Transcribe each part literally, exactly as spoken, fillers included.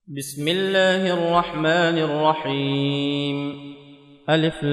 بسم الله الرحمن الرحيم. ألف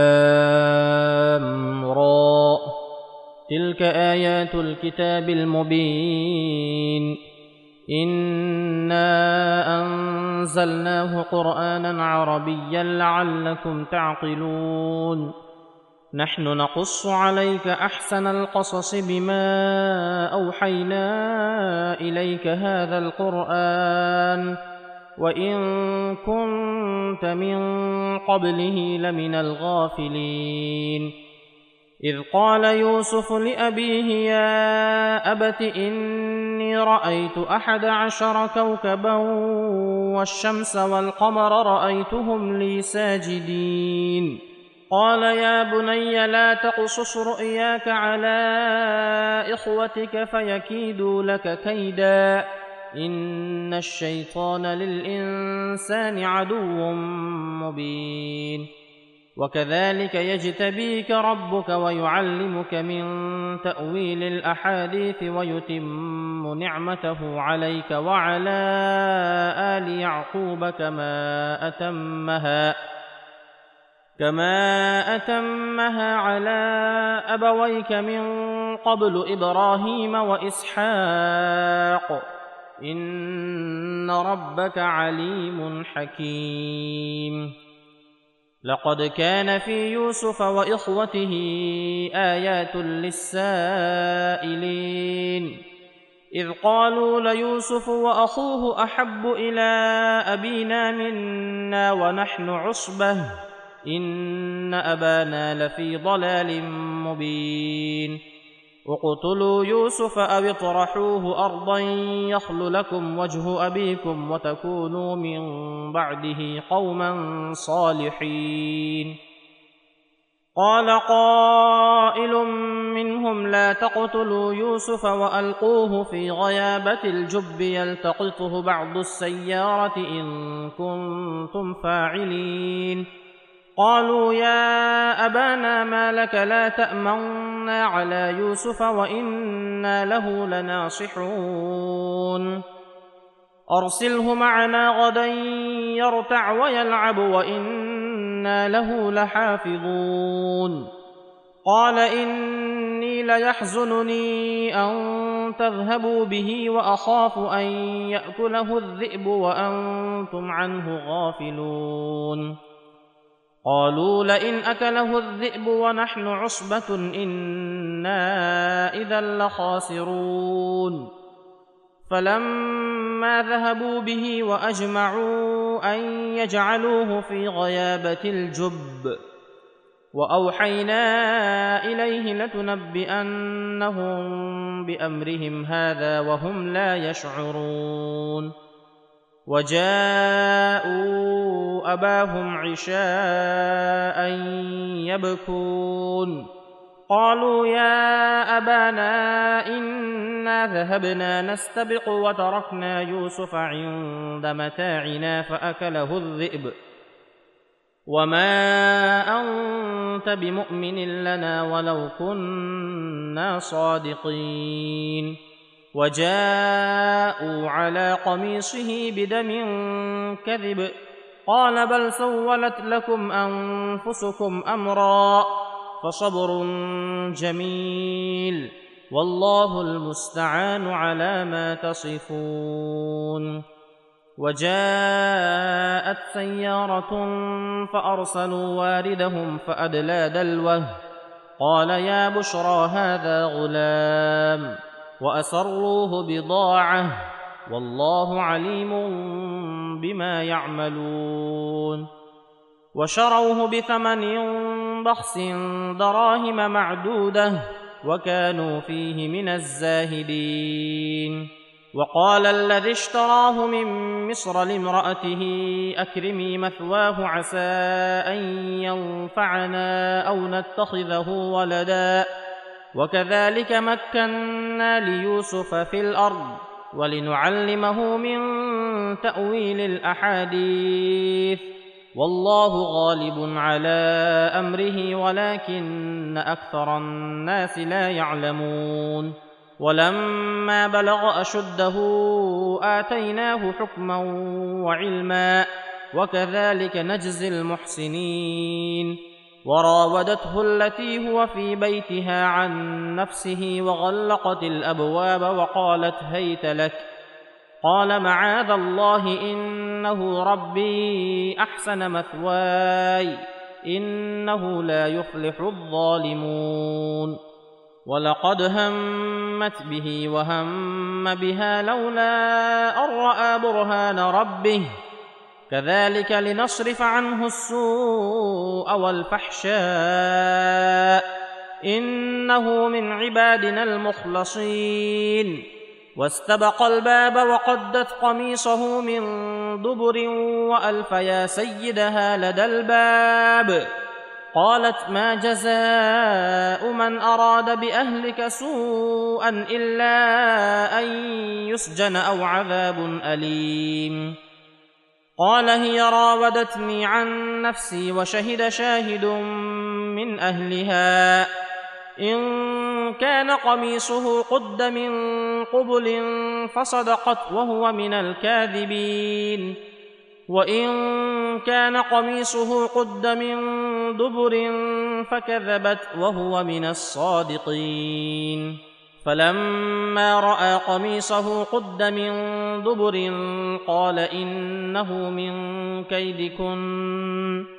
لام را. تلك آيات الكتاب المبين. إنا أنزلناه قرآنا عربيا لعلكم تعقلون. نحن نقص عليك أحسن القصص بما أوحينا إليك هذا القرآن وإن كنت من قبله لمن الغافلين. إذ قال يوسف لأبيه يا أبت إني رأيت أحد عشر كوكبا والشمس والقمر رأيتهم لي ساجدين. قال يا بني لا تقصص رؤياك على إخوتك فيكيدوا لك كيدا إن الشيطان للإنسان عدو مبين. وكذلك يجتبيك ربك ويعلمك من تأويل الأحاديث ويتم نعمته عليك وعلى آل يعقوب كما أتمها كما أتمها على أبويك من قبل إبراهيم وإسحاق إن ربك عليم حكيم. لقد كان في يوسف وإخوته آيات للسائلين إذ قالوا ليوسف وأخوه أحب إلى أبينا منا ونحن عصبة إن أبانا لفي ضلال مبين. اقتلوا يوسف أو اطرحوه أرضا يخل لكم وجه أبيكم وتكونوا من بعده قوما صالحين. قال قائل منهم لا تقتلوا يوسف وألقوه في غيابة الجب يلتقطه بعض السيارة إن كنتم فاعلين. قالوا يا أبانا ما لك لا تأمنا على يوسف وإنا له لناصحون. أرسله معنا غدا يرتع ويلعب وإنا له لحافظون. قال إني ليحزنني أن تذهبوا به وأخاف أن يأكله الذئب وأنتم عنه غافلون. قالوا لئن أكله الذئب ونحن عصبة إنا إذا لخاسرون. فلما ذهبوا به وأجمعوا أن يجعلوه في غيابة الجب وأوحينا إليه لتنبئنهم بأمرهم هذا وهم لا يشعرون. وجاءوا أباهم عشاء يبكون. قالوا يا أبانا إنا ذهبنا نستبق وتركنا يوسف عند متاعنا فأكله الذئب وما أنت بمؤمن لنا ولو كنا صادقين. وجاءوا على قميصه بدم كذب قال بل سولت لكم أنفسكم أمرا فصبر جميل والله المستعان على ما تصفون. وجاءت سيارة فأرسلوا واردهم فأدلى دلوه قال يا بشرى هذا غلام وأسروه بضاعة والله عليم بما يعملون. وشروه بثمن بخس دراهم معدودة وكانوا فيه من الزاهدين. وقال الذي اشتراه من مصر لامرأته أكرمي مثواه عسى أن ينفعنا أو نتخذه ولدا وكذلك مكنا ليوسف في الأرض ولنعلمه من تأويل الأحاديث والله غالب على أمره ولكن أكثر الناس لا يعلمون. ولما بلغ أشده آتيناه حكما وعلما وكذلك نجزي المحسنين. وراودته التي هو في بيتها عن نفسه وغلقت الأبواب وقالت هيت لك. قال معاذ الله إنه ربي أحسن مثواي إنه لا يفلح الظالمون. ولقد همت به وهم بها لولا أن رأى برهان ربه كذلك لنصرف عنه السوء والفحشاء إنه من عبادنا المخلصين. واستبق الباب وقدت قميصه من دبر وألف يا سيدها لدى الباب. قالت ما جزاء من أراد بأهلك سوءا إلا أن يسجن أو عذاب أليم. قال هي راودتني عن نفسي وشهد شاهد من أهلها إن كان قميصه قد من قبل فصدقت وهو من الكاذبين وإن كان قميصه قد من دبر فكذبت وهو من الصادقين. فلما رأى قميصه قد من دبر قال إنه من كيدكن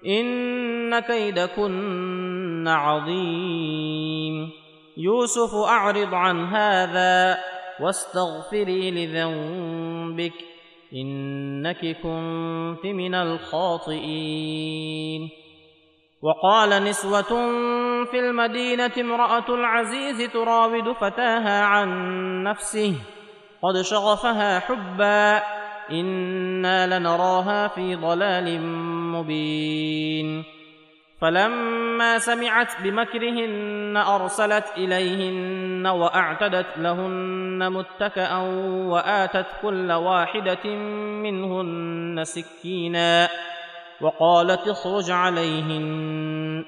إن كيدكن عظيم. يوسف أعرض عن هذا واستغفري لذنبك إنك كنت من الخاطئين. وقال نسوة في المدينة امرأة العزيز تراود فتاها عن نفسه قد شغفها حبا إنا لنراها في ضلال مبين. فلما سمعت بمكرهن أرسلت إليهن وأعتدت لهن متكئا وآتت كل واحدة منهن سكينا وقالت اخرج عليهن.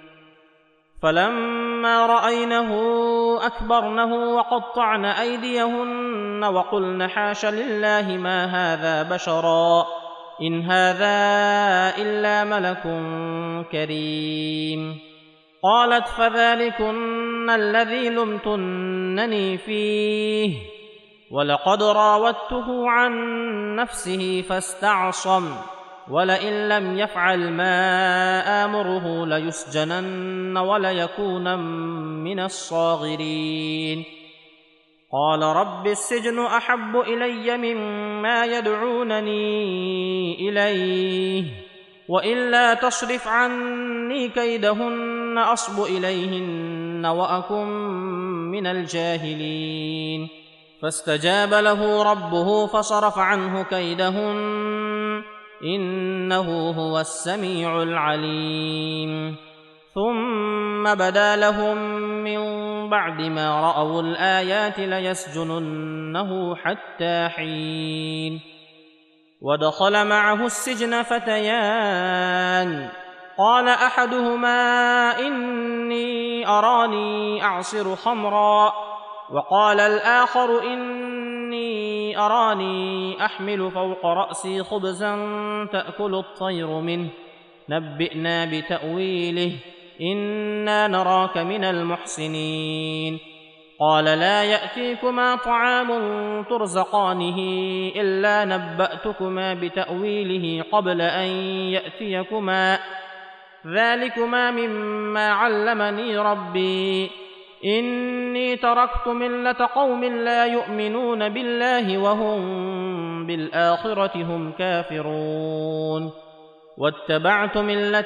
فلما رأينه أكبرنه وقطعن أيديهن وقلن حاش لله ما هذا بشرا إن هذا إلا ملك كريم. قالت فذلكن الذي لمتنني فيه ولقد راودته عن نفسه فاستعصم ولئن لم يفعل ما آمره ليسجنن وليكون من الصاغرين. قال رب السجن أحب إلي مما يدعونني إليه وإلا تصرف عني كيدهن أصب إليهن وأكن من الجاهلين. فاستجاب له ربه فصرف عنه كيدهن إنه هو السميع العليم. ثم بدا لهم من بعد ما رأوا الآيات ليسجننه حتى حين. ودخل معه السجن فتيان قال أحدهما إني أراني أعصر خمرا وقال الآخر إني أراني أحمل فوق رأسي خبزا تأكل الطير منه نبئنا بتأويله إنا نراك من المحسنين. قال لا يأتيكما طعام ترزقانه إلا نبأتكما بتأويله قبل أن يأتيكما ذلكما مما علمني ربي إني تركت ملة قوم لا يؤمنون بالله وهم بالآخرة هم كافرون واتبعت ملة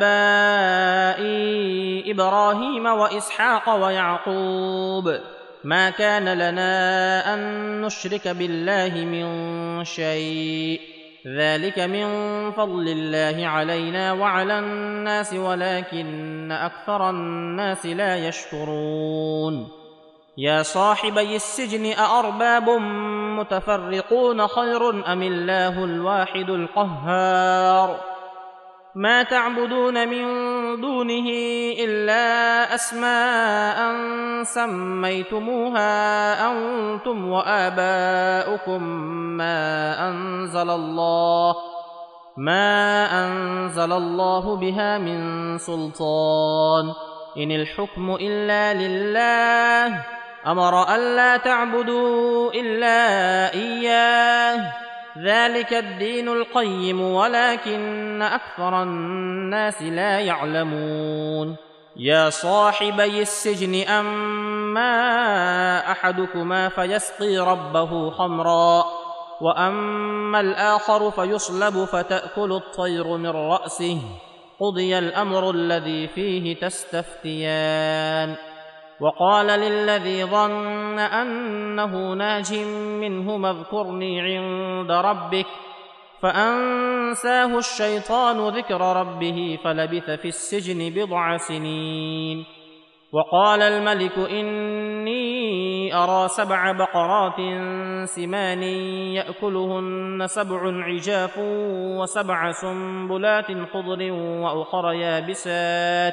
آبائي إبراهيم وإسحاق ويعقوب ما كان لنا أن نشرك بالله من شيء ذلك من فضل الله علينا وعلى الناس ولكن أكثر الناس لا يشكرون. يا صاحبي السجن أأرباب متفرقون خير أم الله الواحد القهار ما تعبدون من دونه إلا أسماء سميتموها أنتم وآباؤكم ما أنزل الله ما أنزل الله بها من سلطان إن الحكم إلا لله أمر ألا تعبدوا إلا إياه ذلك الدين القيم ولكن أكثر الناس لا يعلمون يا صاحبي السجن أما أحدكما فيسقي ربه خمرا وأما الآخر فيصلب فتأكل الطير من رأسه قضي الأمر الذي فيه تستفتيان وقال للذي ظن أنه ناج منهما اذكرني عند ربك فأنساه الشيطان ذكر ربه فلبث في السجن بضع سنين وقال الملك إني أرى سبع بقرات سمان يأكلهن سبع عجاف وسبع سنبلات خضر وأخر يابسات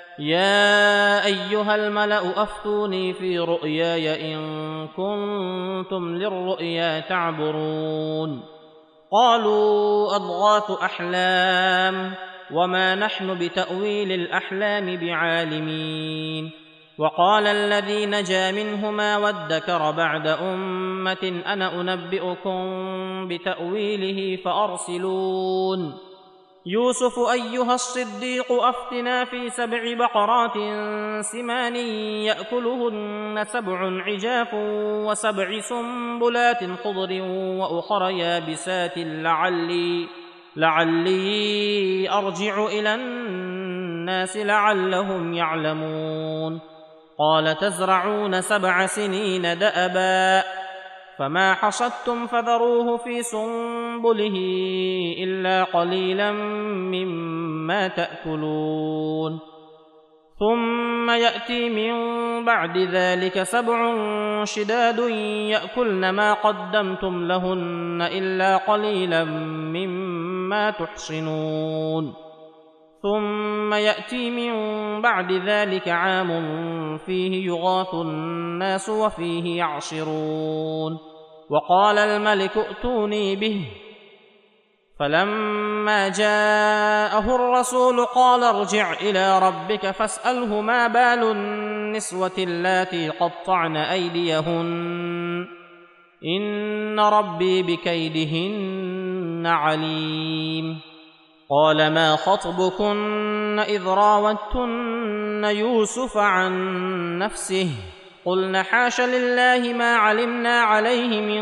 يا أيها الملأ أفتوني في رؤياي إن كنتم للرؤيا تعبرون قالوا أضغاث أحلام وما نحن بتأويل الأحلام بعالمين وقال الذي نجا منهما وادكر بعد أمة أنا أنبئكم بتأويله فأرسلون يوسف أيها الصديق أفتنا في سبع بقرات سمان يأكلهن سبع عجاف وسبع سنبلات خضر وأخر يابسات لعلي لعلي أرجع إلى الناس لعلهم يعلمون قال تزرعون سبع سنين دأبا فما حصدتم فذروه في سنبله إلا قليلا مما تأكلون ثم يأتي من بعد ذلك سبع شداد يأكلن ما قدمتم لهن إلا قليلا مما تحصنون ثم يأتي من بعد ذلك عام فيه يغاث الناس وفيه يعصرون وقال الملك ائتوني به فلما جاءه الرسول قال ارجع إلى ربك فاسأله ما بال النسوة اللاتي قطعن أيديهن إن ربي بكيدهن عليم قال ما خطبكن إذ راوتن يوسف عن نفسه قلن حاش لله ما علمنا عليه من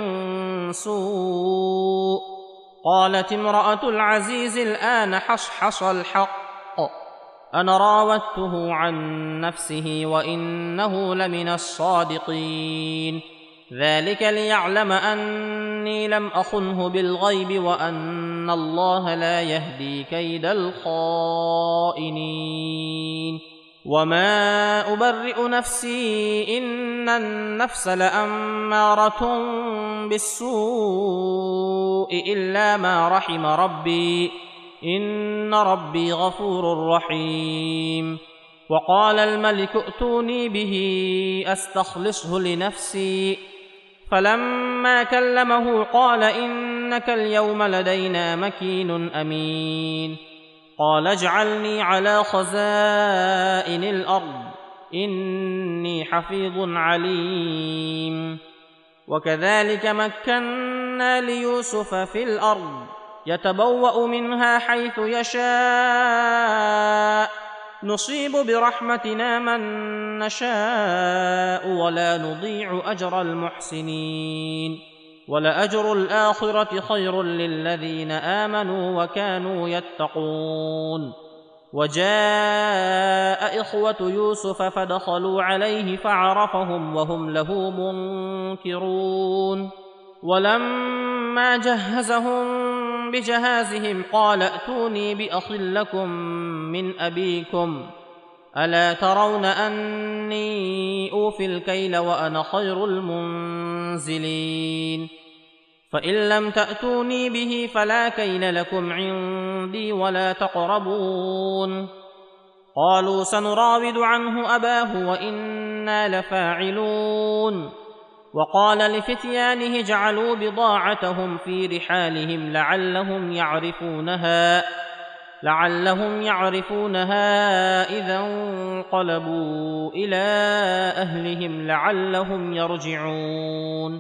سوء قالت امرأة العزيز الآن حصحص الحق أنا راودته عن نفسه وإنه لمن الصادقين ذلك ليعلم أني لم أخنه بالغيب وأن الله لا يهدي كيد الخائنين وما أبرئ نفسي إن النفس لأمارة بالسوء إلا ما رحم ربي إن ربي غفور رحيم وقال الملك ائتوني به أستخلصه لنفسي فلما كلمه قال إنك اليوم لدينا مكين أمين قال اجعلني على خزائن الأرض إني حفيظ عليم وكذلك مكنا ليوسف في الأرض يتبوأ منها حيث يشاء نصيب برحمتنا من نشاء ولا نضيع أجر المحسنين ولأجر الآخرة خير للذين آمنوا وكانوا يتقون وجاء إخوة يوسف فدخلوا عليه فعرفهم وهم له منكرون ولما جهزهم بجهازهم قال ائتوني بأخ لكم من أبيكم ألا ترون أني أوفي الكيل وأنا خير المنزلين فإن لم تأتوني به فلا كيل لكم عندي ولا تقربون. قالوا سنراود عنه أباه وإنا لفاعلون. وقال لفتيانه اجعلوا بضاعتهم في رحالهم لعلهم يعرفونها لعلهم يعرفونها إذا انقلبوا إلى أهلهم لعلهم يرجعون.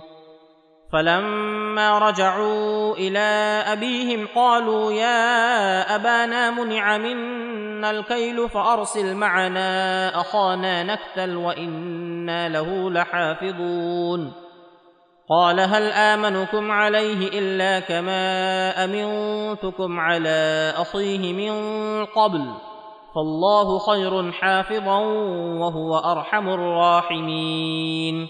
فلما رجعوا إلى أبيهم قالوا يا أبانا منع منا الكيل فأرسل معنا أخانا نكتل وإنا له لحافظون. قال هل آمنكم عليه إلا كما أمنتكم على أخيه من قبل فالله خير حافظا وهو أرحم الراحمين.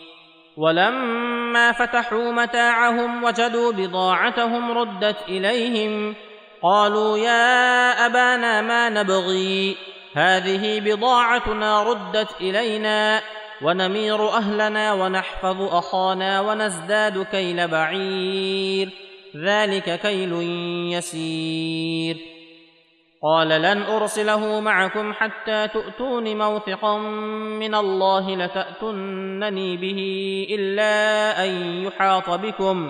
ولما فتحوا متاعهم وجدوا بضاعتهم ردت إليهم قالوا يا أبانا ما نبغي هذه بضاعتنا ردت إلينا ونمير أهلنا ونحفظ أخانا ونزداد كيل بعير ذلك كيل يسير. قال لن أرسله معكم حتى تؤتون موثقا من الله لتأتونني به إلا أن يحاط بكم.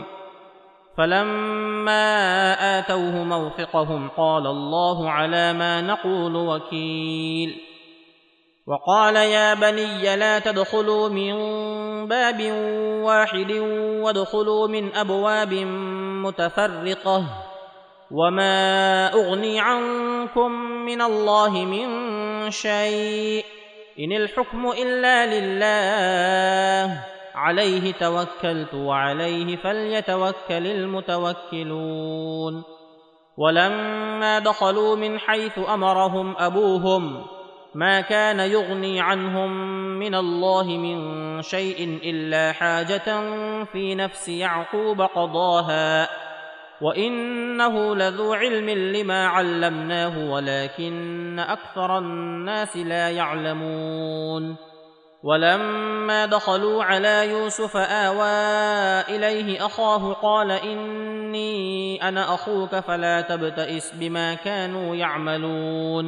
فلما آتوه موثقهم قال الله على ما نقول وكيل. وقال يا بني لا تدخلوا من باب واحد وادخلوا من أبواب متفرقة وما أغني عنكم من الله من شيء إن الحكم إلا لله عليه توكلت وعليه فليتوكل المتوكلون. ولما دخلوا من حيث أمرهم أبوهم ما كان يغني عنهم من الله من شيء إلا حاجة في نفس يعقوب قضاها وإنه لذو علم لما علمناه ولكن أكثر الناس لا يعلمون. ولما دخلوا على يوسف آوى إليه أخاه قال إني أنا أخوك فلا تبتئس بما كانوا يعملون.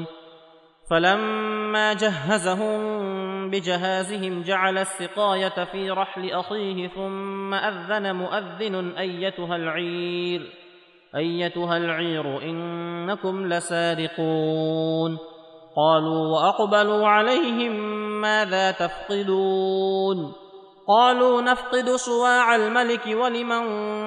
فلما جهزهم بجهازهم جعل السقاية في رحل أخيه ثم أذن مؤذن أيتها العير أيتها العير إنكم لسارقون. قالوا وأقبلوا عليهم ماذا تفقدون؟ قالوا نفقد صواع الملك ولمن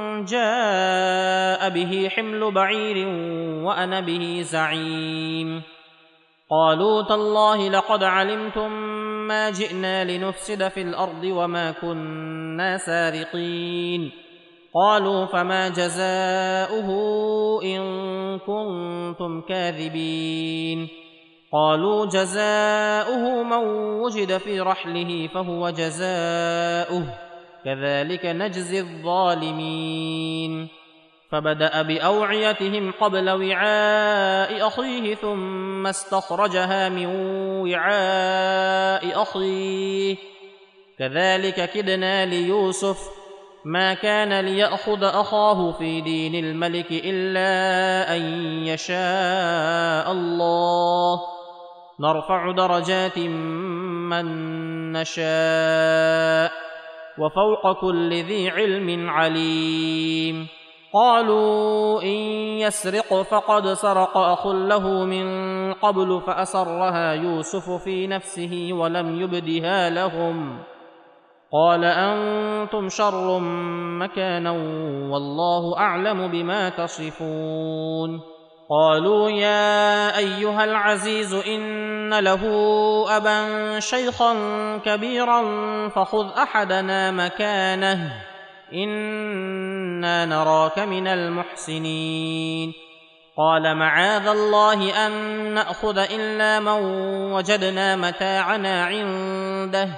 جاء به حمل بعير وأنا به زعيم. قالوا تالله لقد علمتم ما جئنا لنفسد في الأرض وما كنا سارقين. قالوا فما جزاؤه إن كنتم كاذبين؟ قالوا جزاؤه من وجد في رحله فهو جزاؤه كذلك نجزي الظالمين. فبدأ بأوعيتهم قبل وعاء أخيه ثم استخرجها من وعاء أخيه كذلك كدنا ليوسف ما كان ليأخذ أخاه في دين الملك إلا أن يشاء الله نرفع درجات من نشاء وفوق كل ذي علم عليم. قالوا إن يسرق فقد سرق أخ له من قبل فأسرها يوسف في نفسه ولم يبدها لهم. قال أنتم شر مكانا والله أعلم بما تصفون. قالوا يا أيها العزيز إن له أبا شيخا كبيرا فخذ أحدنا مكانه إنا نراك من المحسنين. قال معاذ الله أن نأخذ إلا من وجدنا متاعنا عنده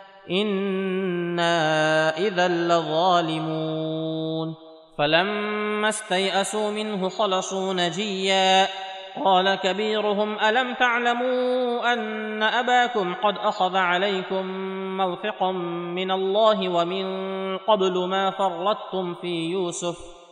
إنا إذا لظالمون. فلما استيئسوا منه خلصوا نجيا قال كبيرهم ألم تعلموا أن أباكم قد أخذ عليكم موثقا من الله ومن قبل ما فرطتم في يوسف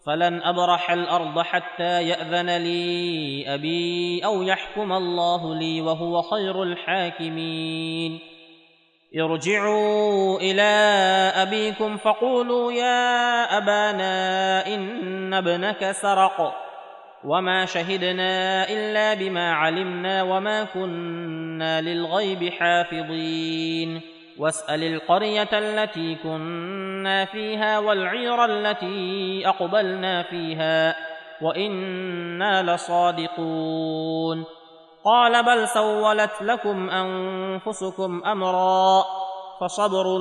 فلن أبرح الأرض حتى يأذن لي أبي أو يحكم الله لي وهو خير الحاكمين. ارجعوا إلى أبيكم فقولوا يا أبانا إن ابنك سرق وما شهدنا إلا بما علمنا وما كنا للغيب حافظين. واسأل القرية التي كنا فيها والعير التي أقبلنا فيها وإنا لصادقون. قال بل سولت لكم أنفسكم أمرا فصبر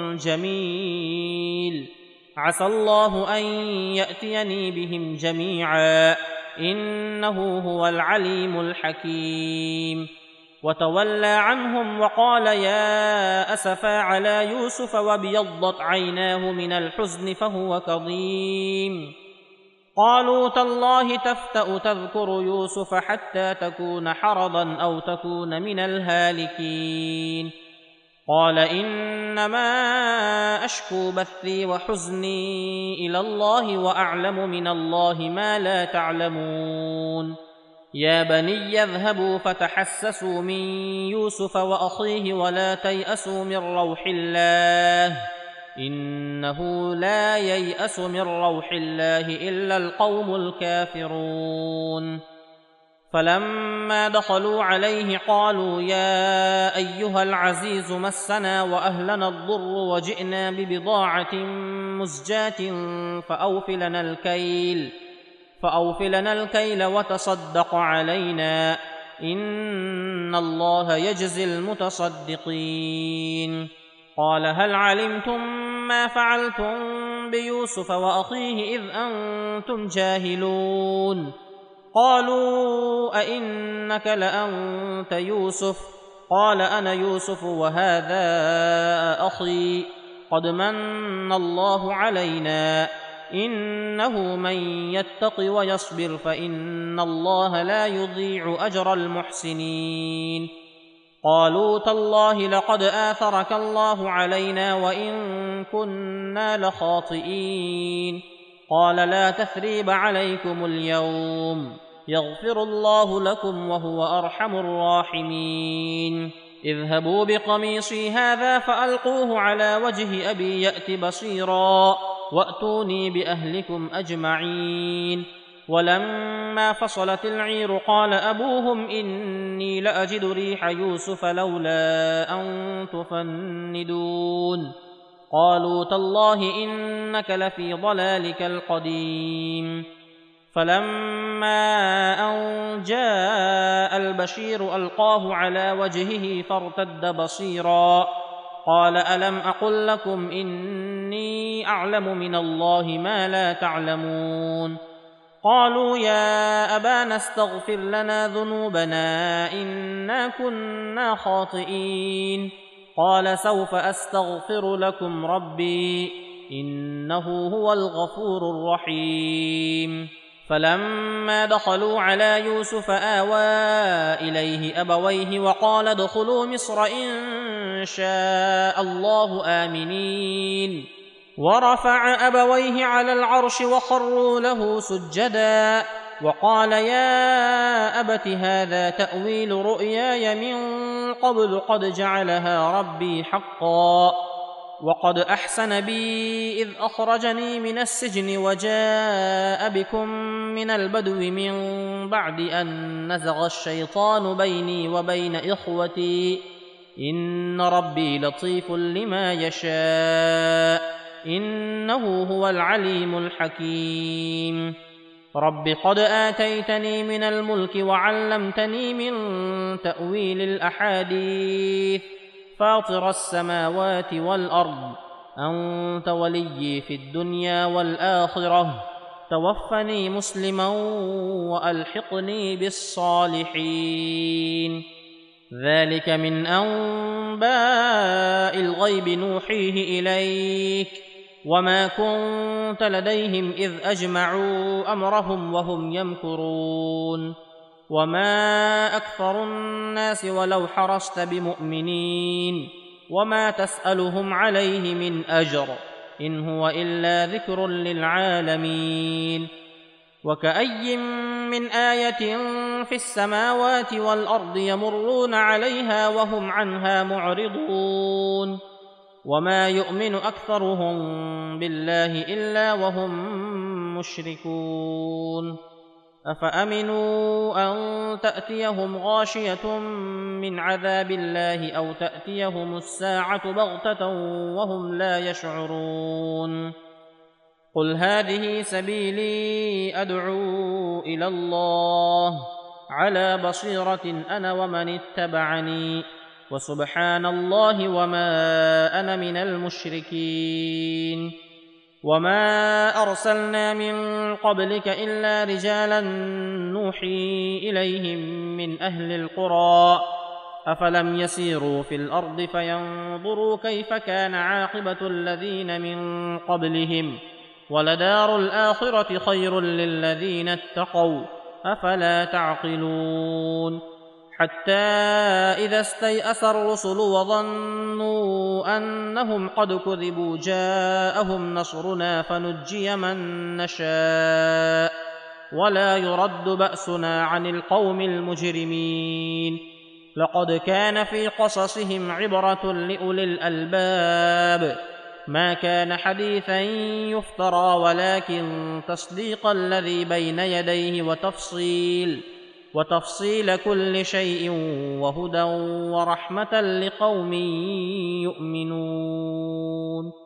جميل عسى الله أن يأتيني بهم جميعا إنه هو العليم الحكيم. وتولى عنهم وقال يا أسفا على يوسف وابيضت عيناه من الحزن فهو كظيم. قالوا تالله تفتأ تذكر يوسف حتى تكون حرضا أو تكون من الهالكين. قال إنما أشكو بثي وحزني إلى الله وأعلم من الله ما لا تعلمون. يا بني اذهبوا فتحسسوا من يوسف وأخيه ولا تيأسوا من روح الله إنه لا ييأس من روح الله إلا القوم الكافرون. فلما دخلوا عليه قالوا يا أيها العزيز مسنا وأهلنا الضر وجئنا ببضاعة مزجاة فأوف لنا الكيل فأوف لنا الكيل وتصدق علينا إن الله يجزي المتصدقين. قال هل علمتم ما فعلتم بيوسف وأخيه إذ أنتم جاهلون؟ قالوا أئنك لأنت يوسف؟ قال أنا يوسف وهذا أخي قد من الله علينا إنه من يتق ويصبر فإن الله لا يضيع أجر المحسنين. قالوا تالله لقد آثرك الله علينا وإن كنا لخاطئين. قال لا تثريب عليكم اليوم يغفر الله لكم وهو أرحم الراحمين. اذهبوا بقميصي هذا فألقوه على وجه أبي يأت بصيرا وأتوني بأهلكم أجمعين. ولما فصلت العير قال أبوهم إني لأجد ريح يوسف لولا أن تفندون. قالوا تالله إنك لفي ضلالك القديم. فلما أن جاء البشير ألقاه على وجهه فارتد بصيرا قال ألم أقل لكم إني أعلم من الله ما لا تعلمون؟ قالوا يا أبانا استغفر لنا ذنوبنا إنا كنا خاطئين. قال سوف أستغفر لكم ربي إنه هو الغفور الرحيم. فلما دخلوا على يوسف آوى إليه أبويه وقال ادخلوا مصر إن شاء الله آمنين. ورفع أبويه على العرش وخروا له سجدا وقال يا أبت هذا تأويل رؤياي من قبل قد جعلها ربي حقا وقد أحسن بي إذ أخرجني من السجن وجاء بكم من البدو من بعد أن نزغ الشيطان بيني وبين إخوتي إن ربي لطيف لما يشاء إنه هو العليم الحكيم. رب قد آتيتني من الملك وعلمتني من تأويل الأحاديث فاطر السماوات والأرض أنت وليي في الدنيا والآخرة توفني مسلما وألحقني بالصالحين. ذلك من أنباء الغيب نوحيه إليك وما كنت لديهم إذ أجمعوا أمرهم وهم يمكرون. وما أكثر الناس ولو حرصت بمؤمنين وما تسألهم عليه من أجر إن هو إلا ذكر للعالمين. وكأي من آية في السماوات والأرض يمرون عليها وهم عنها معرضون وما يؤمن أكثرهم بالله إلا وهم مشركون. أفأمنوا أن تأتيهم غاشية من عذاب الله أو تأتيهم الساعة بغتة وهم لا يشعرون. قل هذه سبيلي أدعو إلى الله على بصيرة أنا ومن اتبعني وسبحان الله وما أنا من المشركين. وما أرسلنا من قبلك إلا رجالا نوحي إليهم من أهل القرى أفلم يسيروا في الأرض فينظروا كيف كان عاقبة الذين من قبلهم ولدار الآخرة خير للذين اتقوا أفلا تعقلون. حتى إذا استيأس الرسل وظنوا أنهم قد كذبوا جاءهم نصرنا فنجي من نشاء ولا يرد بأسنا عن القوم المجرمين. لقد كان في قصصهم عبرة لأولي الألباب ما كان حديثا يفترى ولكن تصديق الذي بين يديه وتفصيل وتفصيل كل شيء وهدى ورحمة لقوم يؤمنون.